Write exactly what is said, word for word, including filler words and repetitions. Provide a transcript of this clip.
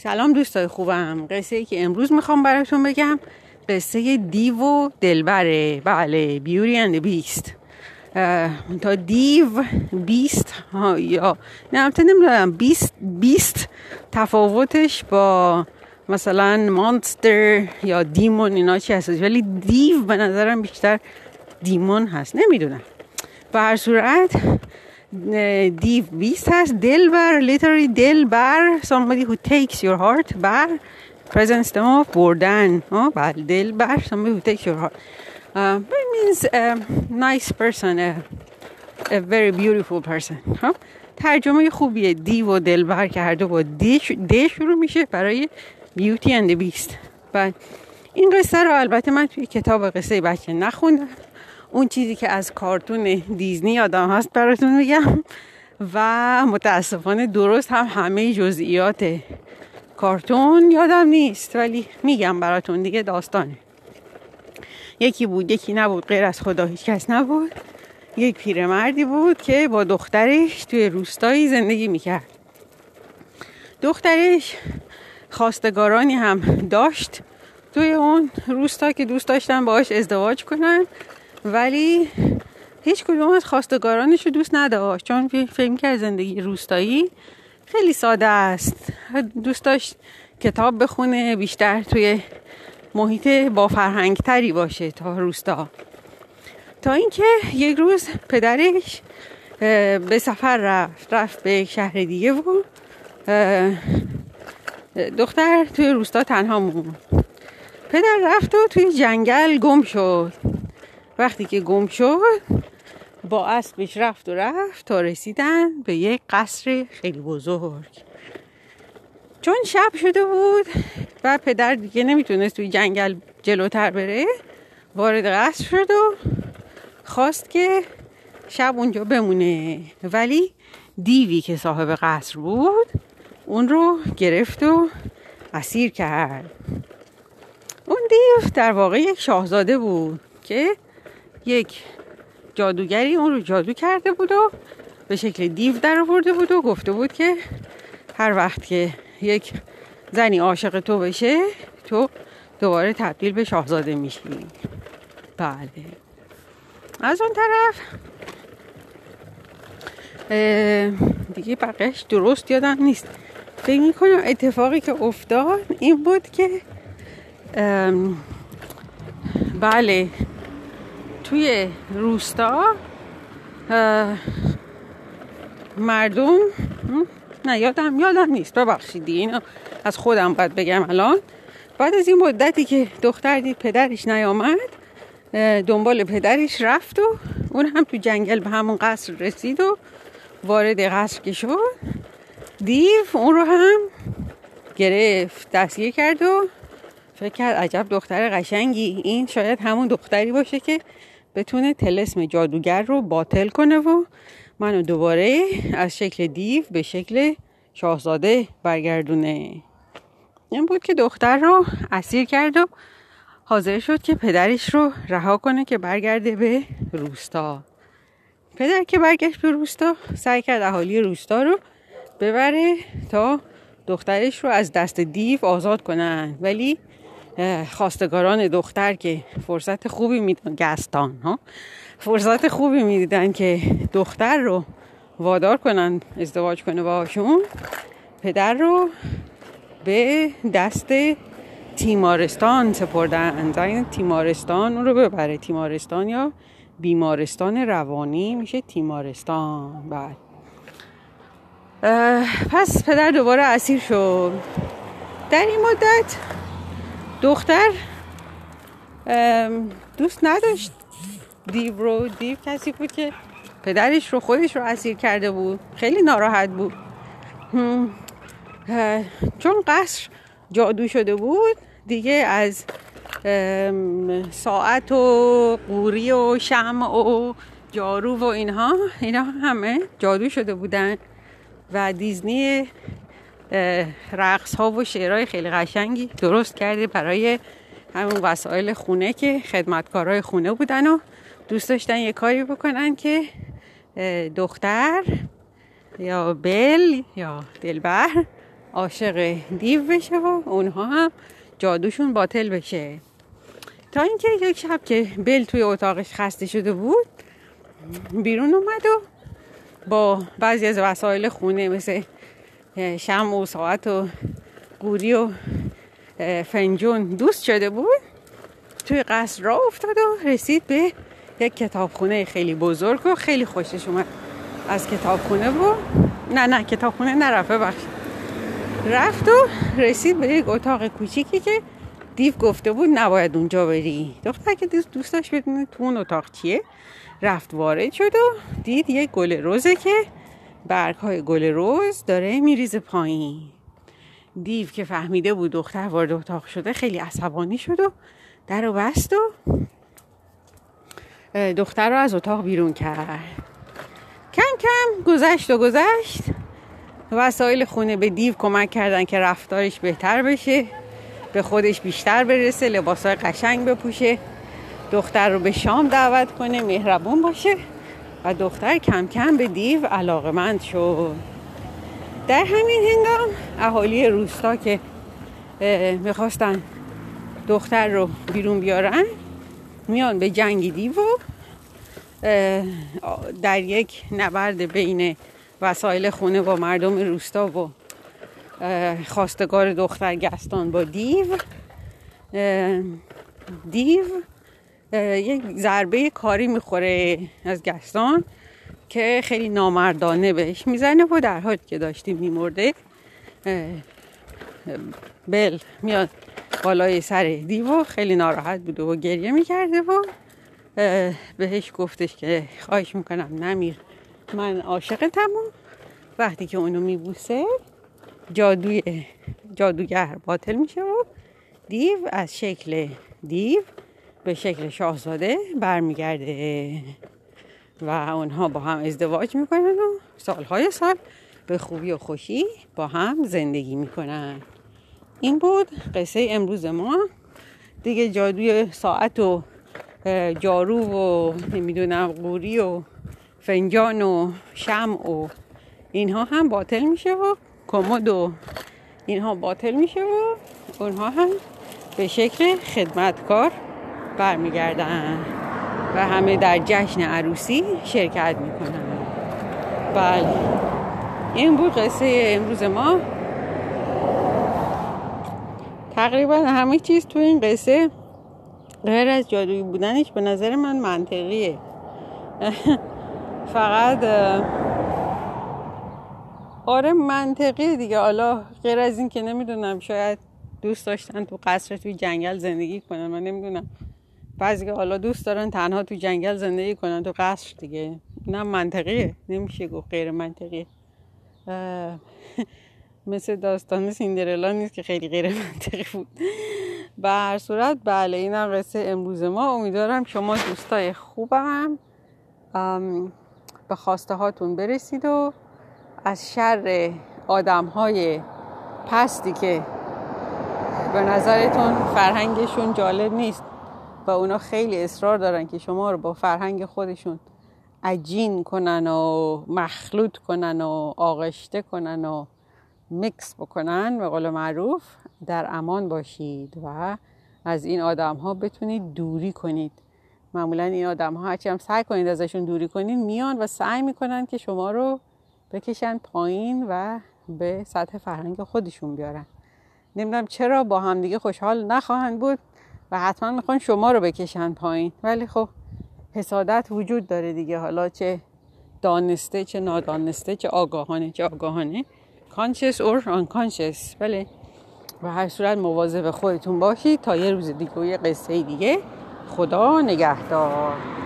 سلام دوستای خوبم. قصه ای که امروز میخوام براتون بگم قصه دیو و دلبره. بله، بیوتی اند بیست. تا دیو بیست ها یا نه البته نمیدونم بیست بیست تفاوتش با مثلا مانستر یا دیمون اینا چی هست، ولی دیو به نظرم بیشتر دیمون هست، نمیدونم. به هر صورت دیو بیست هست. دلبر literally دلبر somebody who takes your heart. بر present stem of بردن. بله، دلبر somebody who takes your heart. Uh, it means a nice person, a, a very beautiful person. ها ترجمه خوبیه. دیو و دلبر که هر دو با دی شروع میشه برای بیوتی اند بیست. بعد این قصه رو البته من توی کتاب قصه بچه نخوندم، اون چیزی که از کارتون دیزنی یادم هست براتون میگم و متاسفانه درست هم همه جزئیات کارتون یادم نیست، ولی میگم براتون دیگه. داستانه یکی بود یکی نبود، غیر از خدا هیچ کس نبود. یک پیرمردی بود که با دخترش توی روستایی زندگی میکرد. دخترش خواستگارانی هم داشت توی اون روستا که دوست داشتن باهاش ازدواج کنن، ولی هیچ کدوم از خواستگارانش رو دوست نداشت، چون فکر کرد زندگی روستایی خیلی ساده است. دوست داشت کتاب بخونه، بیشتر توی محیط با فرهنگ تری باشه تا روستا. تا اینکه یک روز پدرش به سفر رفت رفت به شهر دیگه و دختر توی روستا تنها موند. پدر رفت و توی جنگل گم شد. وقتی که گم شد با اسبش رفت و رفت تا رسیدن به یک قصر خیلی بزرگ. چون شب شده بود و پدر دیگه نمیتونست توی جنگل جلوتر بره، وارد قصر شد و خواست که شب اونجا بمونه، ولی دیوی که صاحب قصر بود اون رو گرفت و اسیر کرد. اون دیو در واقع یک شاهزاده بود که یک جادوگری اون رو جادو کرده بود و به شکل دیو در آورده بود و گفته بود که هر وقت که یک زنی عاشق تو بشه تو دوباره تبدیل به شاهزاده میشی. بله. از اون طرف دیگه بقیش درست یادم نیست. فکر میکنم اتفاقی که افتاد این بود که بله توی روستا مردم نه یادم یادم نیست ببخشید دیگه، اینو از خودم باید بگم الان. بعد از این مدتی که دختر دید پدرش نیامد، دنبال پدرش رفت و اون هم تو جنگل به همون قصر رسید و وارد قصر که شد، دیو اون رو هم گرفت دستگیر کرد و فکر کرد عجب دختر قشنگی، این شاید همون دختری باشه که بتونه طلسم جادوگر رو باطل کنه و منو دوباره از شکل دیو به شکل شاهزاده برگردونه. این بود که دختر رو اسیر کرد و حاضر شد که پدرش رو رها کنه که برگرده به روستا. پدر که برگشت به روستا سعی کرد اهالی روستا رو ببره تا دخترش رو از دست دیو آزاد کنن، ولی خواستگاران دختر که فرصت خوبی میدن گستان ها فرصت خوبی میدیدن که دختر رو وادار کنن ازدواج کنه باهاشون، پدر رو به دست تیمارستان سپردن. زن تیمارستان اون رو ببره. تیمارستان یا بیمارستان روانی میشه تیمارستان. بعد پس پدر دوباره اسیر شد. در این مدت دختر دوست نداشت دیو رو. دیو کسی بود که پدرش رو خودش رو اسیر کرده بود. خیلی ناراحت بود چون قصر جادو شده بود دیگه. از ساعت و قوری و شمع و جارو و اینها اینا همه جادو شده بودن و دیزنی رقص ها و شعرهای خیلی قشنگی درست کرده برای همون وسایل خونه که خدمتکارای خونه بودن و دوست داشتن یه کاری بکنن که دختر یا بل یا دلبر عاشق دیو بشه و اونها هم جادوشون باطل بشه. تا اینکه یک شب که بل توی اتاقش خسته شده بود بیرون اومد و با بعضی از وسایل خونه مثل شمع و ساعت و قوری و فنجون دوست شده بود، توی قصر راه افتاد و رسید به یک کتابخونه خیلی بزرگ و خیلی خوشش اومد از کتابخونه. و نه نه کتابخونه نرفت بخش رفت و رسید به یک اتاق کوچیکی که دیو گفته بود نباید اونجا بری. دختر که دوست داشت بدونه تو اون اتاق چیه، رفت وارد شد و دید یک گل روزه که برگ‌های گل روز داره میریزه پایین. دیو که فهمیده بود دختر وارد اتاق شده خیلی عصبانی شد و در رو بست و دختر رو از اتاق بیرون کرد. کم کم گذشت و گذشت وسایل خونه به دیو کمک کردن که رفتارش بهتر بشه، به خودش بیشتر برسه، لباسای قشنگ بپوشه، دختر رو به شام دعوت کنه، مهربون باشه و دختر کم کم به دیو علاقمند شد. در همین هنگام اهالی روستا که میخواستن دختر رو بیرون بیارن میان به جنگ دیو و در یک نبرد بین وسایل خونه با مردم روستا و خواستگار دختر گستان با دیو دیو یک ضربه کاری میخوره از گستان که خیلی نامردانه بهش میزنه و در حالی که داشتی میمرده بل میاد بالای سر دیو خیلی ناراحت بوده و گریه میکرده و بهش گفتش که خواهش میکنم نمیر، من عاشقتم. و وقتی که اونو میبوسه جادوی جادوگر باطل میشه و دیو از شکل دیو به شکل شاهزاده برمیگرده و اونها با هم ازدواج میکنن و سالهای سال به خوبی و خوشی با هم زندگی میکنن. این بود قصه امروز ما دیگه. جادوی ساعت و جارو و نمیدونم قوری و فنجان و شمع و اینها هم باطل میشه و کمد و اینها باطل میشه و اونها هم به شکل خدمتکار برمیگردن و همه در جشن عروسی شرکت میکنن. بله این بود قصه امروز ما. تقریبا همه چیز تو این قصه غیر از جادویی بودنش به نظر من منطقیه. فقط آره منطقیه دیگه. حالا غیر از این که نمیدونم شاید دوست داشتن تو قصر توی جنگل زندگی کنن، من نمیدونم. بعضی که حالا دوست دارن تنها تو جنگل زندگی کنن تو قصر دیگه. نه منطقیه، نمیشه گفت غیر منطقیه. مثل داستان سیندرلا نیست که خیلی غیر منطقی بود. به هر صورت بله اینم قصه امروز ما. امیدوارم شما دوستای خوبم به خواسته هاتون برسید و از شر آدم های پستی که به نظرتون فرهنگشون جالب نیست و اونا خیلی اصرار دارن که شما رو با فرهنگ خودشون عجین کنن و مخلوط کنن و آغشته کنن و میکس بکنن به قول معروف، در امان باشید و از این آدم ها بتونید دوری کنید. معمولا این آدم ها هرچی هم سعی کنید ازشون دوری کنید میان و سعی میکنن که شما رو بکشن پایین و به سطح فرهنگ خودشون بیارن. نمیدونم چرا با هم دیگه خوشحال نخواهند بود و حتما میخوان شما رو بکشن پایین، ولی خب حسادت وجود داره دیگه. حالا چه دانسته چه نادانسته، چه آگاهانه چه آگاهانه، conscious or unconscious. بله و هر صورت مواظب خودتون باشید تا یه روز دیگه و یه قصه دیگه. خدا نگهدار.